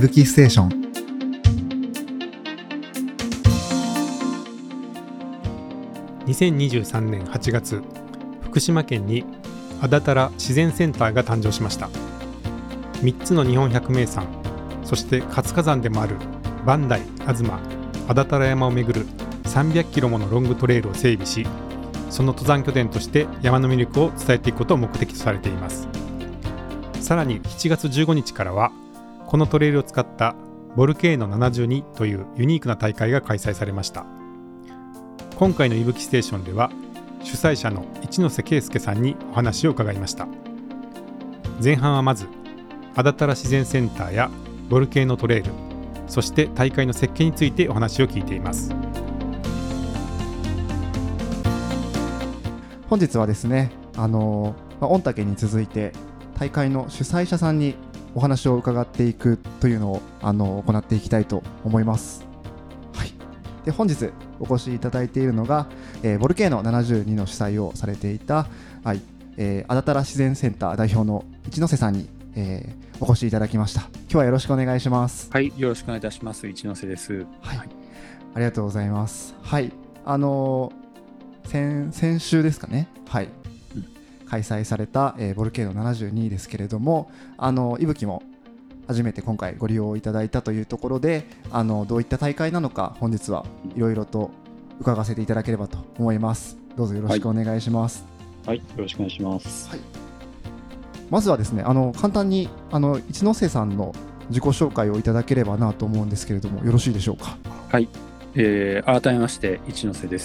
ぶきステーション。 2023年8月、福島県に安達太良自然センターが誕生しました。3つの日本百名山、そして活火山でもある磐梯、東、安達太良山を巡る300キロものロングトレイルを整備し、その登山拠点として山の魅力を伝えていくことを目的とされています。さらに7月15日からは、このトレイルを使ったボルケーノ72というユニークな大会が開催されました。今回のいぶきステーションでは、主催者の一ノ瀬圭介さんにお話を伺いました。前半はまず安達太良自然センターやボルケーノトレイル、そして大会の設計についてお話を聞いています。 本日はですね、御嶽に続いて大会の主催者さんにお話を伺っていくというのを行っていきたいと思います。はい、で本日お越しいただいているのが、ボルケーノ72の主催をされていた、安達太良自然センター代表の一ノ瀬さんに、お越しいただきました。今日はよろしくお願いします。 はい、よろしくお願いいたします。一ノ瀬です。 はい、ありがとうございます。はい、先週ですかね、はい、開催された、ボルケーノ72ですけれども、いぶきも初めて今回ご利用いただいたというところで、どういった大会なのか本日はいろいろと伺わせていただければと思います。どうぞよろしくお願いします。 はい、よろしくお願いします。はい、 まずはですね、簡単に一ノ瀬さんの自己紹介をいただければなと思うんですけれども、よろしいでしょうか。 はい、改めまして一ノ瀬です。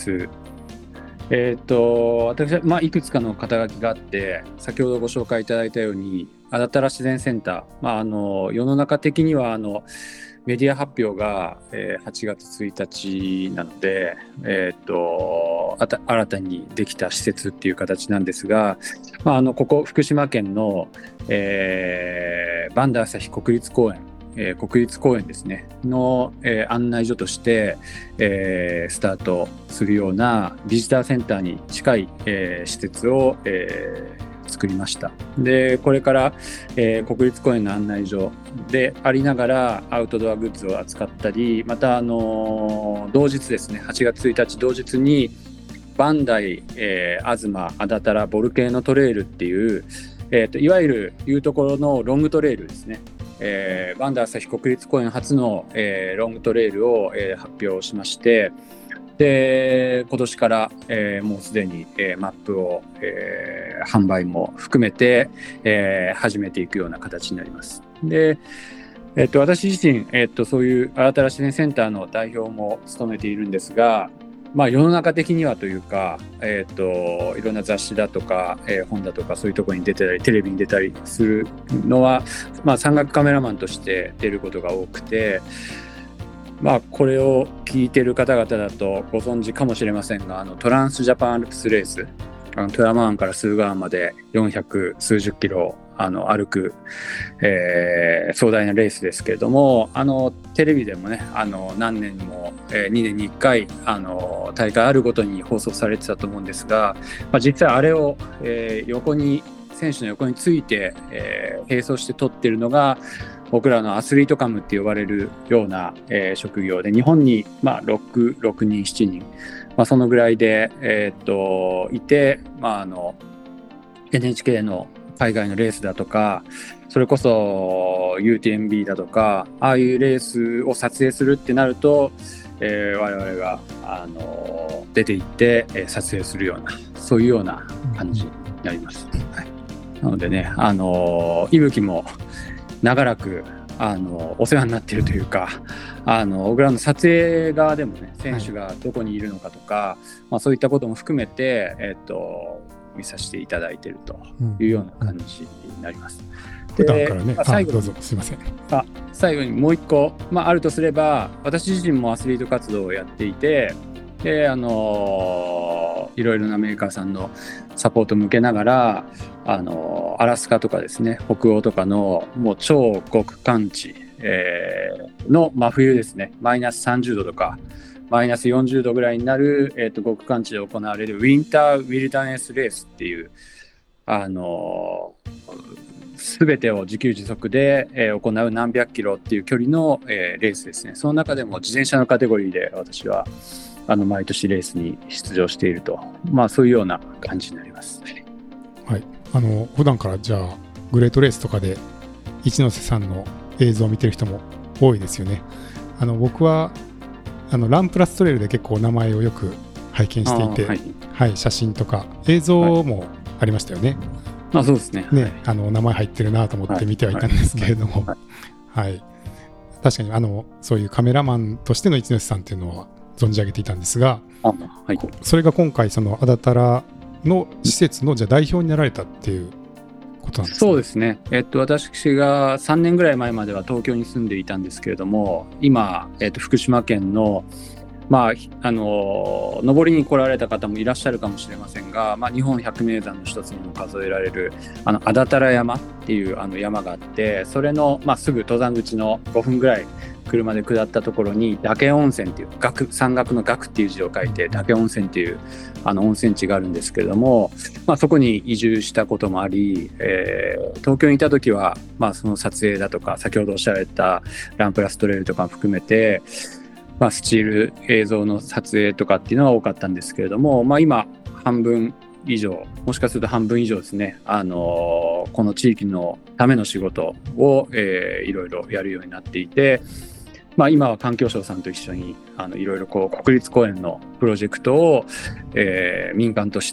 私はいくつかの肩書きがあって、先ほどご紹介いただいたように安達太良自然センター、世の中的にはメディア発表が、8月1日なので、新たにできた施設っていう形なんですが、ここ福島県の、磐梯朝日国立公園ですねの、案内所として、スタートするようなビジターセンターに近い、施設を、作りました。でこれから、国立公園の案内所でありながらアウトドアグッズを扱ったり、また同日ですね、8月1日同日に磐梯、東、安達太良ボルケーノトレイルっていう、いわゆるいうところのロングトレイルですね。磐梯朝日国立公園初の、ロングトレイルを、発表しまして、で今年から、もうすでに、マップを、販売も含めて、始めていくような形になります。で、私自身、そういう安達太良自然センターの代表も務めているんですが、世の中的にはというか、いろんな雑誌だとか、本だとかそういうところに出てたりテレビに出たりするのは、山岳カメラマンとして出ることが多くて、これを聞いている方々だとご存知かもしれませんが、トランスジャパンアルプスレース、富山湾から駿河湾まで400数十キロ歩く、壮大なレースですけれども、テレビでもね何年も、2年に1回大会あるごとに放送されてたと思うんですが、実際あれを、選手の横について、並走して撮ってるのが僕らのアスリートカムって呼ばれるような、職業で、日本に、6人7人、そのぐらいで、いて、NHK の海外のレースだとか、それこそ UTMB だとか、ああいうレースを撮影するってなると、我々が出て行って、撮影するような、そういうような感じになります。はい、なのでね、いぶきも長らくお世話になっているというか、僕らの撮影側でもね、選手がどこにいるのかとか、そういったことも含めて、見させていただいているというような感じになります。 普段からね、どうぞすいません。 最後にもう一個、あるとすれば、私自身もアスリート活動をやっていて、でいろいろなメーカーさんのサポートを向けながら、アラスカとかですね、北欧とかのもう超極寒地、の真冬ですね、マイナス30度とかマイナス40度ぐらいになる、極寒地で行われるウィンターウィルダネスレースっていう全てを自給自足で、行う何百キロっていう距離の、レースですね。その中でも自転車のカテゴリーで私は毎年レースに出場していると、そういうような感じになります。 はい、普段からじゃあグレートレースとかで一ノ瀬さんの映像を見てる人も多いですよね。僕はランプラストレイルで結構名前をよく拝見していて、はいはい、写真とか映像もありましたよね。 そうですね。 名前入ってるなと思って見てはいたんですけれども、はい、確かにそういうカメラマンとしての一ノ瀬さんっていうのは存じ上げていたんですが、はい、それが今回そのアダタラの施設のじゃあ代表になられたっていうことなんですね。 そうですね。私が3年ぐらい前までは東京に住んでいたんですけれども、今、福島県の登りに来られた方もいらっしゃるかもしれませんが、日本百名山の一つにも数えられる安達太良山っていう山があって、それの、すぐ登山口の5分ぐらい車で下ったところに嶽温泉っていう山岳の岳っていう字を書いて嶽温泉っていう温泉地があるんですけれども、そこに移住したこともあり、東京にいた時は、その撮影だとか先ほどおっしゃられたランプラストレイルとかも含めてスチール映像の撮影とかっていうのは多かったんですけれども、今半分以上、もしかすると半分以上ですね、この地域のための仕事を、いろいろやるようになっていて、今は環境省さんと一緒にいろいろ国立公園のプロジェクトを、民間として、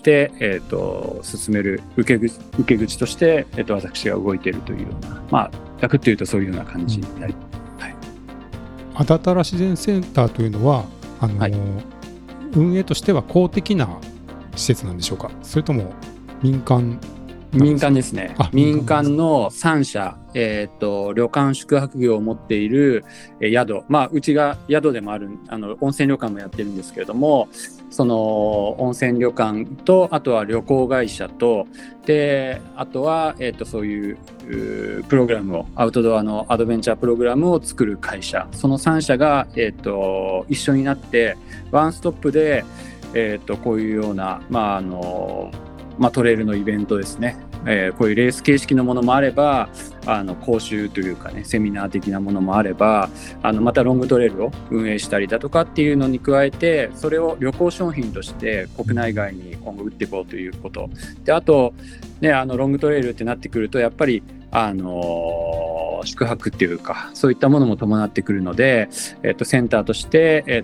進める受け口として、私が動いているというような、ざくっていうとそういうような感じになります。 安達太良自然センターというのは運営としては公的な施設なんでしょうか、それとも民間ですね。民間の3社、旅館宿泊業を持っている宿、うちが宿でもある温泉旅館もやってるんですけれども、その温泉旅館とあとは旅行会社とであとは、そういうプログラムをアウトドアのアドベンチャープログラムを作る会社、その3社が、一緒になってワンストップで、こういうような、トレイルのイベントですね、こういうレース形式のものもあれば講習というかねセミナー的なものもあればまたロングトレイルを運営したりだとかっていうのに加えて、それを旅行商品として国内外に今後売っていこうということで、あとねロングトレイルってなってくるとやっぱり宿泊っていうかそういったものも伴ってくるので、センターとして、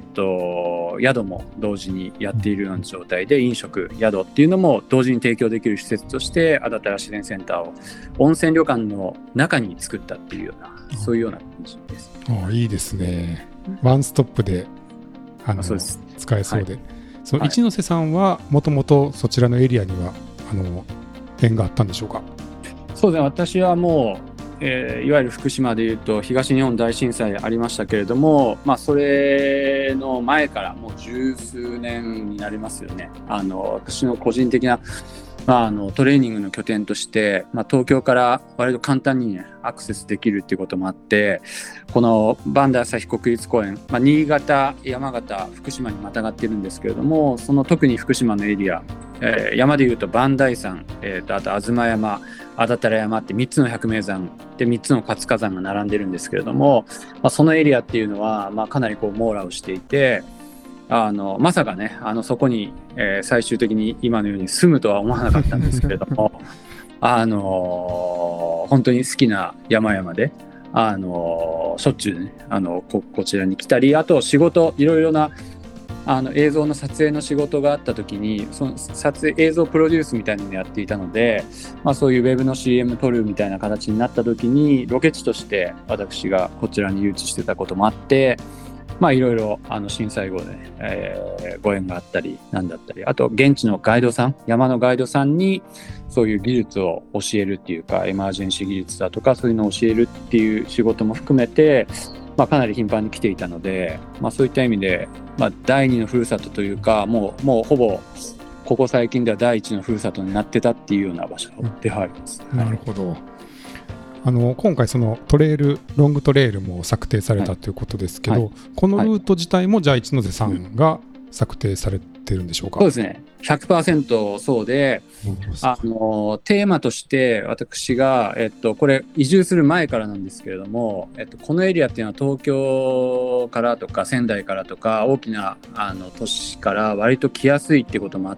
宿も同時にやっているような状態で、飲食宿っていうのも同時に提供できる施設として安達太良自然センターを温泉旅館の中に作ったっていうような、そういうような感じです。 いいですね。ワンストップでそうです、使えそうで、その一ノ瀬さんはもともとそちらのエリアには縁があったんでしょうか。 そうですね、私はもう、いわゆる福島でいうと東日本大震災ありましたけれども、それの前からもう十数年になりますよね。私の個人的な、トレーニングの拠点として、東京から割と簡単に、ね、アクセスできるっていうこともあって、この磐梯旭国立公園、新潟、山形、福島にまたがってるんですけれども、その特に福島のエリア、山でいうと磐梯山、あと吾妻山、安達太良山って3つの百名山で3つの活火山が並んでるんですけれども、そのエリアっていうのは、かなり網羅をしていて、まさかねそこに、最終的に今のように住むとは思わなかったんですけれども本当に好きな山々でしょっちゅうねこちらに来たり、あと仕事いろいろな映像の撮影の仕事があった時にその映像プロデュースみたいなのをやっていたので、そういうウェブの CM 撮るみたいな形になった時にロケ地として私がこちらに誘致してたこともあって、いろいろ震災後で、ご縁があったりなんだったり、あと現地のガイドさん、山のガイドさんにそういう技術を教えるっていうか、エマージェンシー技術だとかそういうのを教えるっていう仕事も含めて、かなり頻繁に来ていたので、そういった意味で、第二のふるさとというか、もうほぼここ最近では第一のふるさとになってたっていうような場所ではあります。 なるほど。今回そのロングトレイルも策定されたということですけど、このルート自体もじゃあ一ノ瀬さんが策定されてってるんでしょうか？ そうですね。100% そうで、テーマとして私が、これ移住する前からなんですけれども、このエリアっていうのは東京からとか仙台からとか大きな都市から割と来やすいっていうこともあって、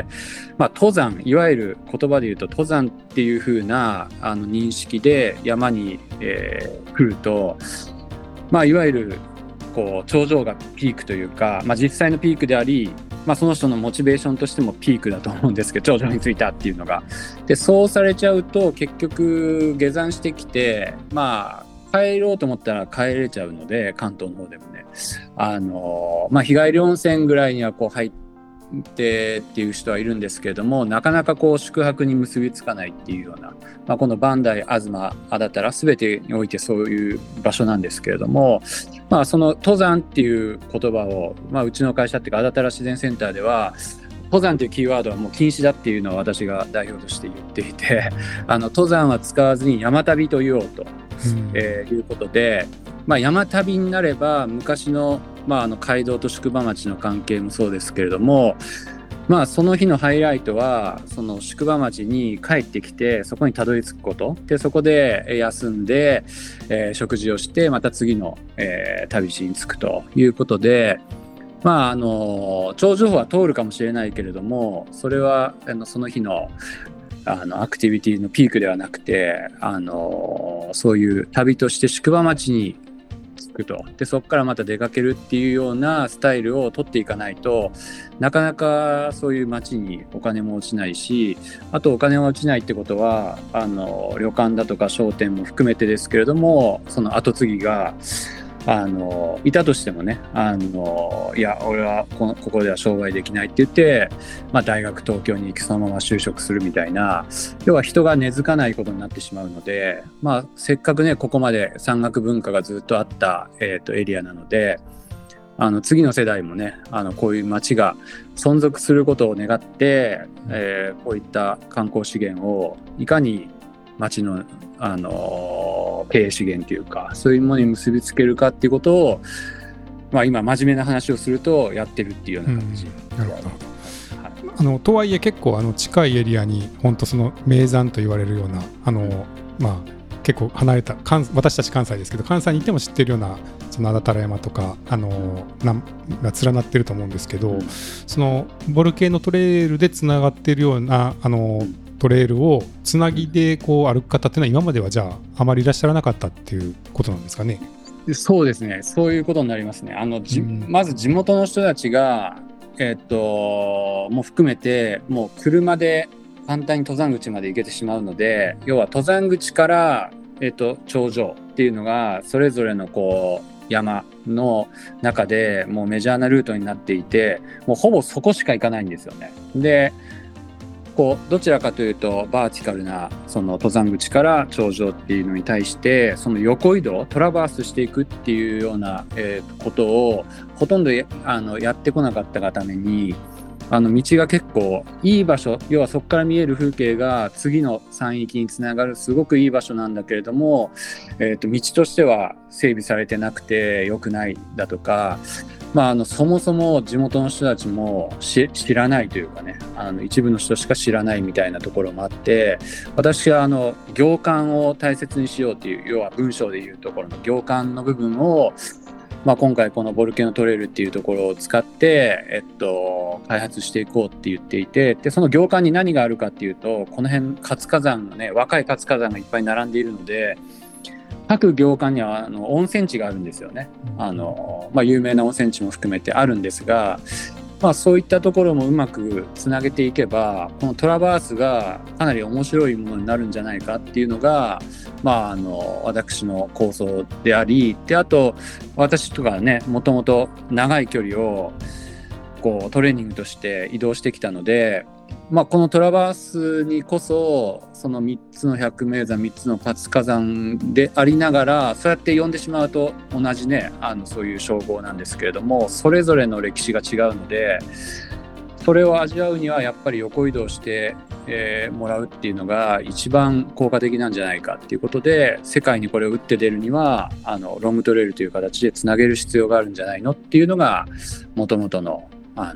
登山、いわゆる言葉で言うと登山っていう風な認識で山に、来ると、いわゆるこう頂上がピークというか、実際のピークであり、その人のモチベーションとしてもピークだと思うんですけど、頂上に着いたっていうのが。で、そうされちゃうと結局下山してきて、帰ろうと思ったら帰れちゃうので、関東の方でもね、日帰り温泉ぐらいにはこう入ってっていう人はいるんですけれども、なかなかこう宿泊に結びつかないっていうような、この磐梯、東、安達太良全てにおいてそういう場所なんですけれども、その登山っていう言葉を、うちの会社っていうか安達太良自然センターでは登山というキーワードはもう禁止だっていうのを私が代表として言っていて、登山は使わずに山旅と言おうと、いうことで、山旅になれば昔の、街道と宿場町の関係もそうですけれども、その日のハイライトはその宿場町に帰ってきてそこにたどり着くことで、そこで休んで、食事をしてまた次の、旅路に着くということで、頂上は通るかもしれないけれども、それはその日のアクティビティのピークではなくて、そういう旅として宿場町に着くと、でそこからまた出かけるっていうようなスタイルを取っていかないと、なかなかそういう町にお金も落ちないし、あとお金が落ちないってことは旅館だとか商店も含めてですけれども、その後継ぎがいたとしてもね、いや俺はここでは商売できないって言って、大学東京に行きそのまま就職するみたいな、要は人が根付かないことになってしまうので、せっかくねここまで山岳文化がずっとあった、エリアなので、次の世代もねこういう町が存続することを願って、こういった観光資源をいかに町の経営資源というかそういうものに結びつけるかっていうことを、今真面目な話をするとやってるっていうような感じ。 なるほど。とはいえ結構近いエリアに本当その名山と言われるような結構離れた私たち関西ですけど、関西にいても知ってるようなその安達太良山とかが連なってると思うんですけど、そのボルケーノトレイルでつながってるようなトレイルをつなぎでこう歩く方っていうのは今まではじゃああまりいらっしゃらなかったっていうことなんですかね？ そうですね、そういうことになりますね。まず地元の人たちがもう含めてもう車で簡単に登山口まで行けてしまうので、要は登山口から、頂上っていうのがそれぞれのこう山の中でもうメジャーなルートになっていて、もうほぼそこしか行かないんですよね。でこうどちらかというとバーティカルなその登山口から頂上っていうのに対して、その横移動トラバースしていくっていうような、ことをほとんどやってこなかったがために、道が結構いい場所、要はそこから見える風景が次の山域につながるすごくいい場所なんだけれども、道としては整備されてなくて良くないだとか、そもそも地元の人たちも知らないというかね、一部の人しか知らないみたいなところもあって、私は行間を大切にしようという、要は文章でいうところの行間の部分を、今回このボルケーノトレイルっていうところを使って、開発していこうって言っていて、でその行間に何があるかっていうと、この辺活火山のね、若い活火山がいっぱい並んでいるので、各行間には温泉地があるんですよね。有名な温泉地も含めてあるんですが、そういったところもうまくつなげていけば、このトラバースがかなり面白いものになるんじゃないかっていうのが、私の構想であり、であと私とかね、もともと長い距離をこうトレーニングとして移動してきたので、このトラバースにこそその3つの百名山、3つの活火山でありながら、そうやって呼んでしまうと同じねそういう称号なんですけれども、それぞれの歴史が違うので、それを味わうにはやっぱり横移動して、もらうっていうのが一番効果的なんじゃないかっていうことで、世界にこれを打って出るにはロングトレイルという形でつなげる必要があるんじゃないのっていうのが元々の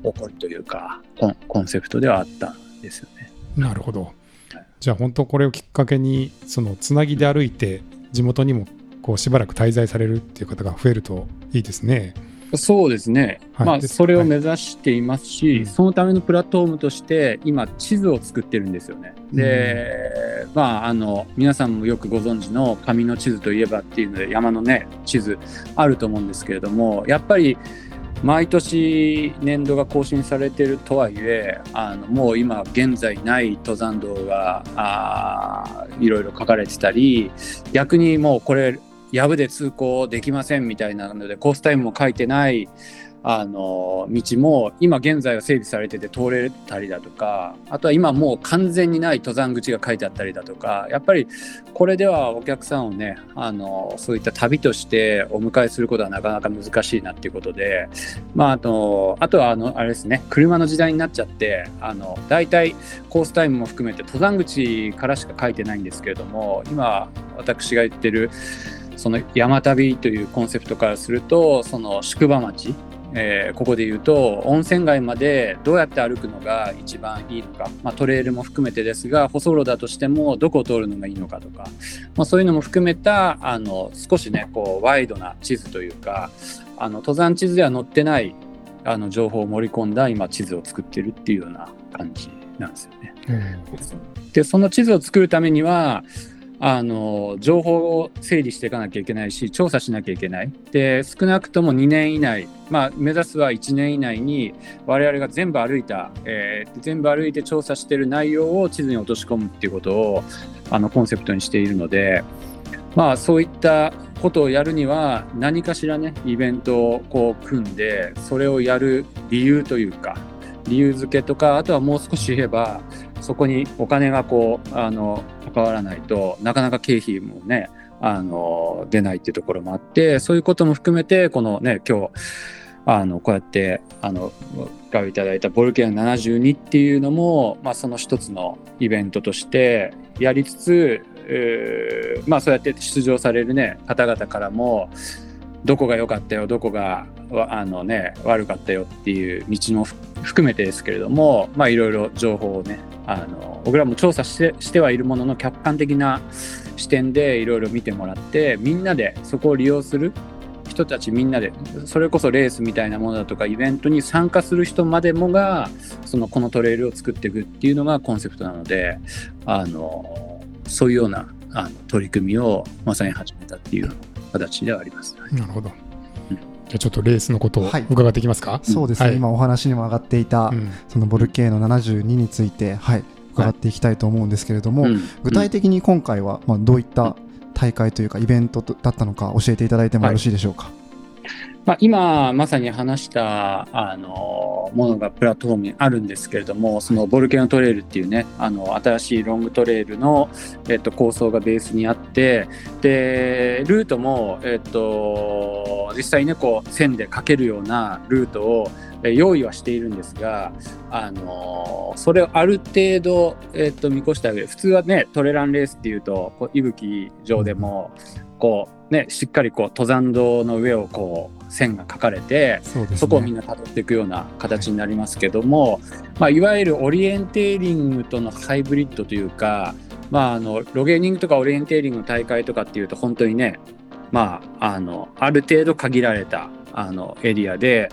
起こりというかコンセプトではあったんですよね。 なるほど。じゃあ本当これをきっかけにそのつなぎで歩いて地元にもこうしばらく滞在されるっていう方が増えるといいですね。 そうですね、 はいそれを目指していますし、 はい、 そのためのプラットフォームとして今地図を作ってるんですよね。で、皆さんもよくご存知の紙の地図といえばっていうので山のね地図あると思うんですけれども、やっぱり毎年年度が更新されているとはいえもう今現在ない登山道がいろいろ書かれてたり、逆にもうこれ藪で通行できませんみたいなのでコースタイムも書いてない道も今現在は整備されてて通れたりだとか、あとは今もう完全にない登山口が書いてあったりだとか、やっぱりこれではお客さんをねそういった旅としてお迎えすることはなかなか難しいなっていうことで、あとはあれですね、車の時代になっちゃってだいたいコースタイムも含めて登山口からしか書いてないんですけれども、今私が言ってるその山旅というコンセプトからすると、その宿場町、ここで言うと温泉街までどうやって歩くのが一番いいのか、トレイルも含めてですが舗装路だとしてもどこを通るのがいいのかとか、そういうのも含めた少しねこうワイドな地図というか登山地図では載ってない情報を盛り込んだ今地図を作ってるっていうような感じなんですよね。でその地図を作るためには情報を整理していかなきゃいけないし調査しなきゃいけない。で少なくとも2年以内、目指すは1年以内に我々が全部歩いた、全部歩いて調査している内容を地図に落とし込むっていうことをコンセプトにしているので、そういったことをやるには何かしらねイベントをこう組んでそれをやる理由というか理由付けとか、あとはもう少し言えばそこにお金がこう関わらないとなかなか経費もね出ないっていうところもあって、そういうことも含めてこのね今日こうやってお使いいただいたボルケーノ72っていうのも、その一つのイベントとしてやりつつ、そうやって出場されるね方々からもどこが良かったよどこが悪かったよっていう道も含めてですけれども、いろいろ情報をね僕らも調査してはいるものの客観的な視点でいろいろ見てもらって、みんなでそこを利用する人たちみんなで、それこそレースみたいなものだとかイベントに参加する人までもがこのトレイルを作っていくっていうのがコンセプトなのでそういうような取り組みをまさに始めたっていう形ではあります。 なるほど。じゃあちょっとレースのことを伺っていきますか。 そうですね、今お話にも上がっていた、そのボルケーノ72について、伺っていきたいと思うんですけれども、具体的に今回はどういった大会というかイベントだったのか教えていただいてもよろしいでしょうか。 今まさに話したものがプラットフォームにあるんですけれども、そのボルケーノトレイルっていうね新しいロングトレイルの、構想がベースにあって、でルートも、実際ねこう線で描けるようなルートを用意はしているんですが、それをある程度、見越してあげる。普通はねトレランレースっていうとこう息吹上でもこうねしっかりこう登山道の上をこう線が描かれて そこをみんな辿っていくような形になりますけども、いわゆるオリエンテーリングとのハイブリッドというか、ロゲーニングとかオリエンテーリングの大会とかっていうと本当にねある程度限られたエリアで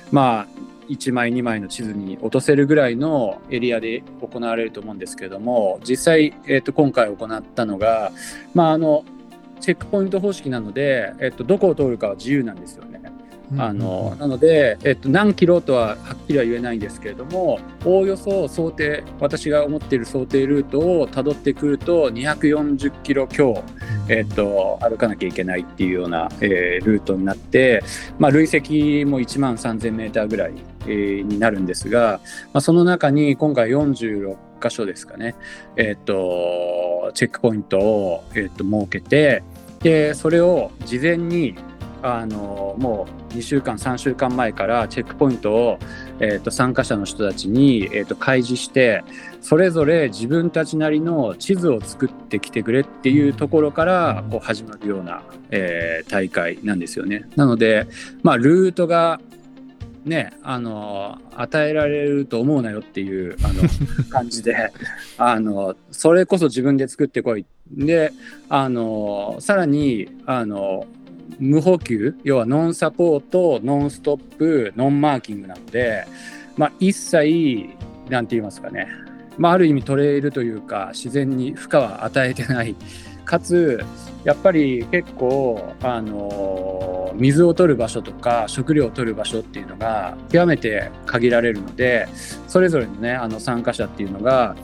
1枚2枚の地図に落とせるぐらいのエリアで行われると思うんですけれども、実際、今回行ったのが、チェックポイント方式なので、どこを通るかは自由なんですよね。なので、何キロとははっきりは言えないんですけれども、おおよそ私が思っている想定ルートをたどってくると240キロ強、歩かなきゃいけないっていうような、ルートになって、累積も1万3000メーターぐらい、になるんですが、その中に今回46箇所ですかね、チェックポイントを、設けて、でそれを事前にもう2週間3週間前からチェックポイントを、参加者の人たちに、開示して、それぞれ自分たちなりの地図を作ってきてくれっていうところからこう始まるような、大会なんですよね。なので、ルートがね、与えられると思うなよっていう感じでそれこそ自分で作ってこいで、さらに無補給、要はノンサポート、ノンストップ、ノンマーキングなので、一切なんて言いますかね、ある意味トレイルというか自然に負荷は与えてない、かつやっぱり結構水を取る場所とか食料を取る場所っていうのが極めて限られるので、それぞれのね参加者っていうのが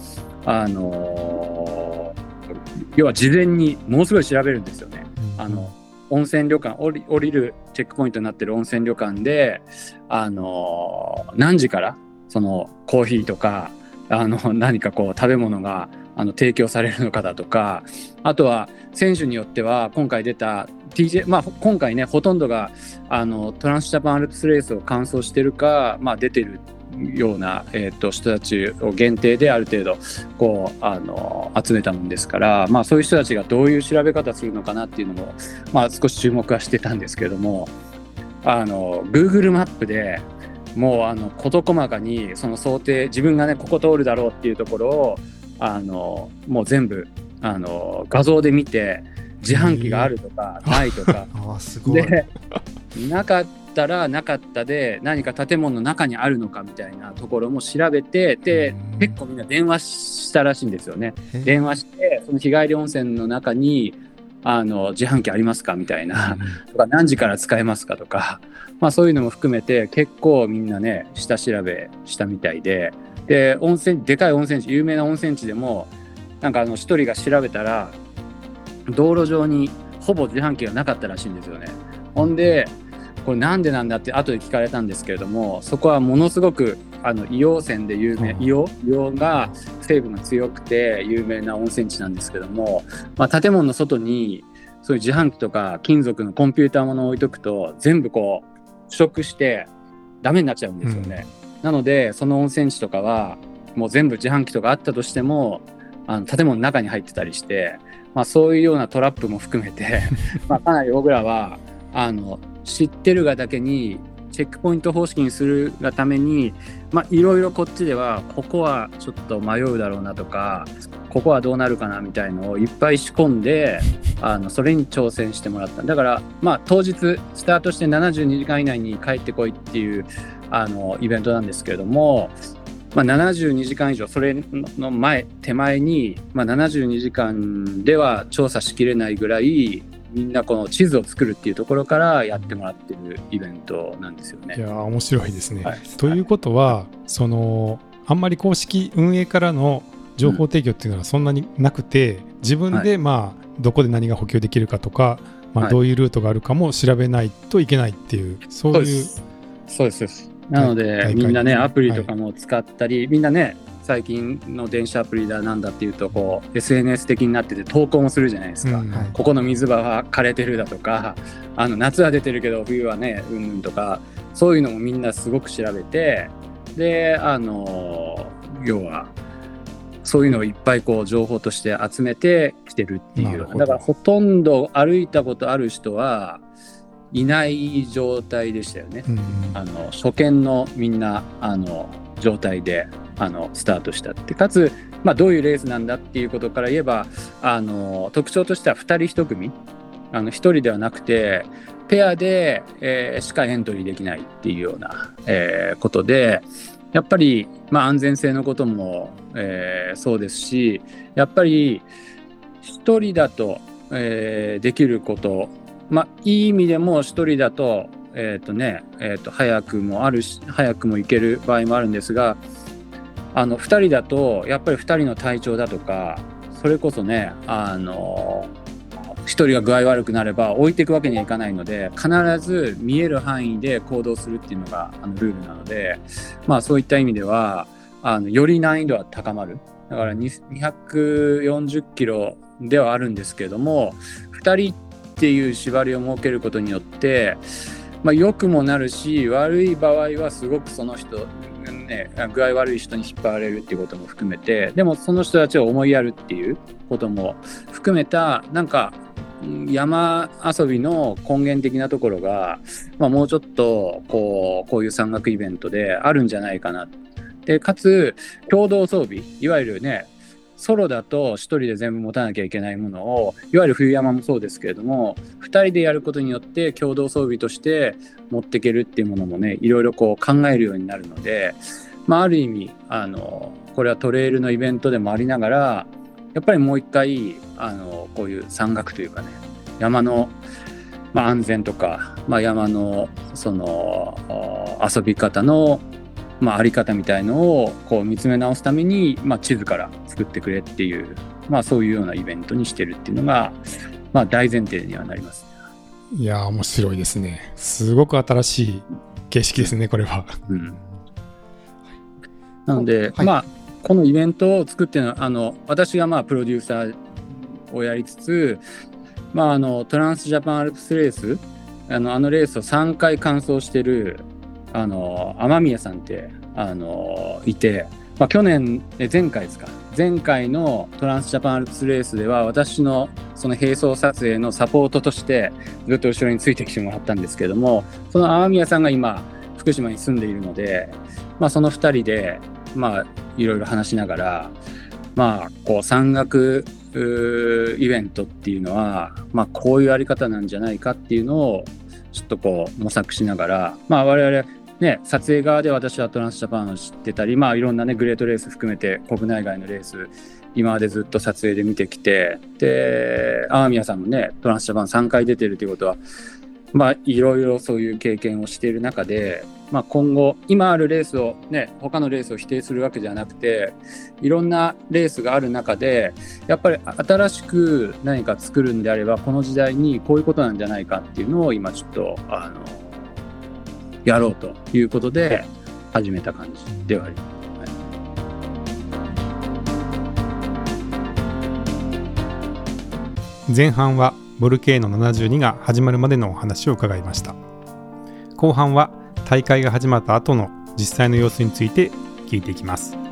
要は事前にものすごい調べるんですよね。温泉旅館、降りるチェックポイントになってる温泉旅館で何時からそのコーヒーとか何かこう食べ物が提供されるのかだとか、あとは選手によっては今回出た TJ、今回ねほとんどがトランスジャパンアルプスレースを完走してるか、出てるような、人たちを限定である程度こう集めたもんですから、そういう人たちがどういう調べ方するのかなっていうのも、少し注目はしてたんですけれども、Google マップでもう事細かにその想定、自分がねここ通るだろうっていうところをもう全部画像で見て、自販機があるとかないとかすごい。 でなかったらなかったで何か建物の中にあるのかみたいなところも調べて、で結構みんな電話したらしいんですよね。電話してその日帰り温泉の中に自販機ありますかみたいな、とか何時から使えますかとか、そういうのも含めて結構みんなね下調べしたみたいで、ででかい温泉地、有名な温泉地でもなんか一人が調べたら道路上にほぼ自販機がなかったらしいんですよね。ほんでこれなんでなんだって後で聞かれたんですけれども、そこはものすごく硫黄泉で有名、硫黄が成分が強くて有名な温泉地なんですけども、建物の外にそういう自販機とか金属のコンピューターものを置いとくと全部こう腐食してダメになっちゃうんですよね。なのでその温泉地とかはもう全部自販機とかあったとしても建物の中に入ってたりして、そういうようなトラップも含めてかなり僕らは知ってるがだけにチェックポイント方式にするがためにいろいろこっちではここはちょっと迷うだろうなとか、ここはどうなるかなみたいのをいっぱい仕込んでそれに挑戦してもらった。だから当日スタートして72時間以内に帰ってこいっていうイベントなんですけれども、72時間以上それの手前に、72時間では調査しきれないぐらいみんなこの地図を作るっていうところからやってもらってるイベントなんですよね。 いや面白いですね、ということはあんまり公式運営からの情報提供っていうのはそんなになくて、自分でどこで何が補給できるかとか、どういうルートがあるかも調べないといけないっていう、そういう。 そうですなのでみんなねアプリとかも使ったり、みんなね最近の電子アプリだなんだっていうとこう SNS 的になってて投稿もするじゃないですか、ここの水場は枯れてるだとか夏は出てるけど冬はねとか、そういうのもみんなすごく調べて、で要はそういうのをいっぱいこう情報として集めてきてるっていう。だからほとんど歩いたことある人はいない状態でしたよね、初見のみんな状態でスタートしたって、かつ、どういうレースなんだっていうことから言えば特徴としては2人1組1人ではなくてペアで、しかエントリーできないっていうような、ことで、やっぱり、安全性のことも、そうですし、やっぱり1人だと、できることいい意味でも一人だと早くも行ける場合もあるんですが、2人だとやっぱり2人の体調だとか、それこそね1人が具合悪くなれば置いていくわけにはいかないので、必ず見える範囲で行動するっていうのがルールなので、そういった意味ではより難易度は高まる。だから240キロではあるんですけれども、2人っていう縛りを設けることによって、良くもなるし、悪い場合はすごくその人、具合悪い人に引っ張られるっていうことも含めて、でもその人たちを思いやるっていうことも含めた、なんか山遊びの根源的なところが、もうちょっとこういう山岳イベントであるんじゃないかな。でかつ共同装備、いわゆるねソロだと1人で全部持たなきゃいけないものを、いわゆる冬山もそうですけれども、2人でやることによって共同装備として持っていけるっていうものもね、いろいろこう考えるようになるので、ある意味これはトレイルのイベントでもありながら、やっぱりもう一回こういう山岳というかね、山の、安全とか、山のその遊び方のあり方みたいのをこう見つめ直すために、地図から作ってくれっていう、そういうようなイベントにしてるっていうのが、大前提にはなります。 いや面白いですね。すごく新しい形式ですね、これは。 なので、このイベントを作ってるのは私がプロデューサーをやりつつ、トランスジャパンアルプスレースレースを3回完走してる雨宮さんっていて、去年前回のトランスジャパンアルプスレースでは私のその並走撮影のサポートとしてずっと後ろについてきてもらったんですけども、その雨宮さんが今福島に住んでいるので、その2人でいろいろ話しながら、こう山岳イベントっていうのは、こういうあり方なんじゃないかっていうのをちょっとこう模索しながら、我々ね、撮影側で私はトランスジャパンを知ってたり、いろんなねグレートレース含めて国内外のレース今までずっと撮影で見てきて、で雨宮さんもねトランスジャパン3回出てるということは、いろいろそういう経験をしている中で、今後今あるレースをね他のレースを否定するわけじゃなくて、いろんなレースがある中でやっぱり新しく何か作るんであればこの時代にこういうことなんじゃないかっていうのを今ちょっとやろうということで始めた感じではあります。 前半はボルケーノ72が始まるまでのお話を伺いました。後半は大会が始まった後の実際の様子について聞いていきます。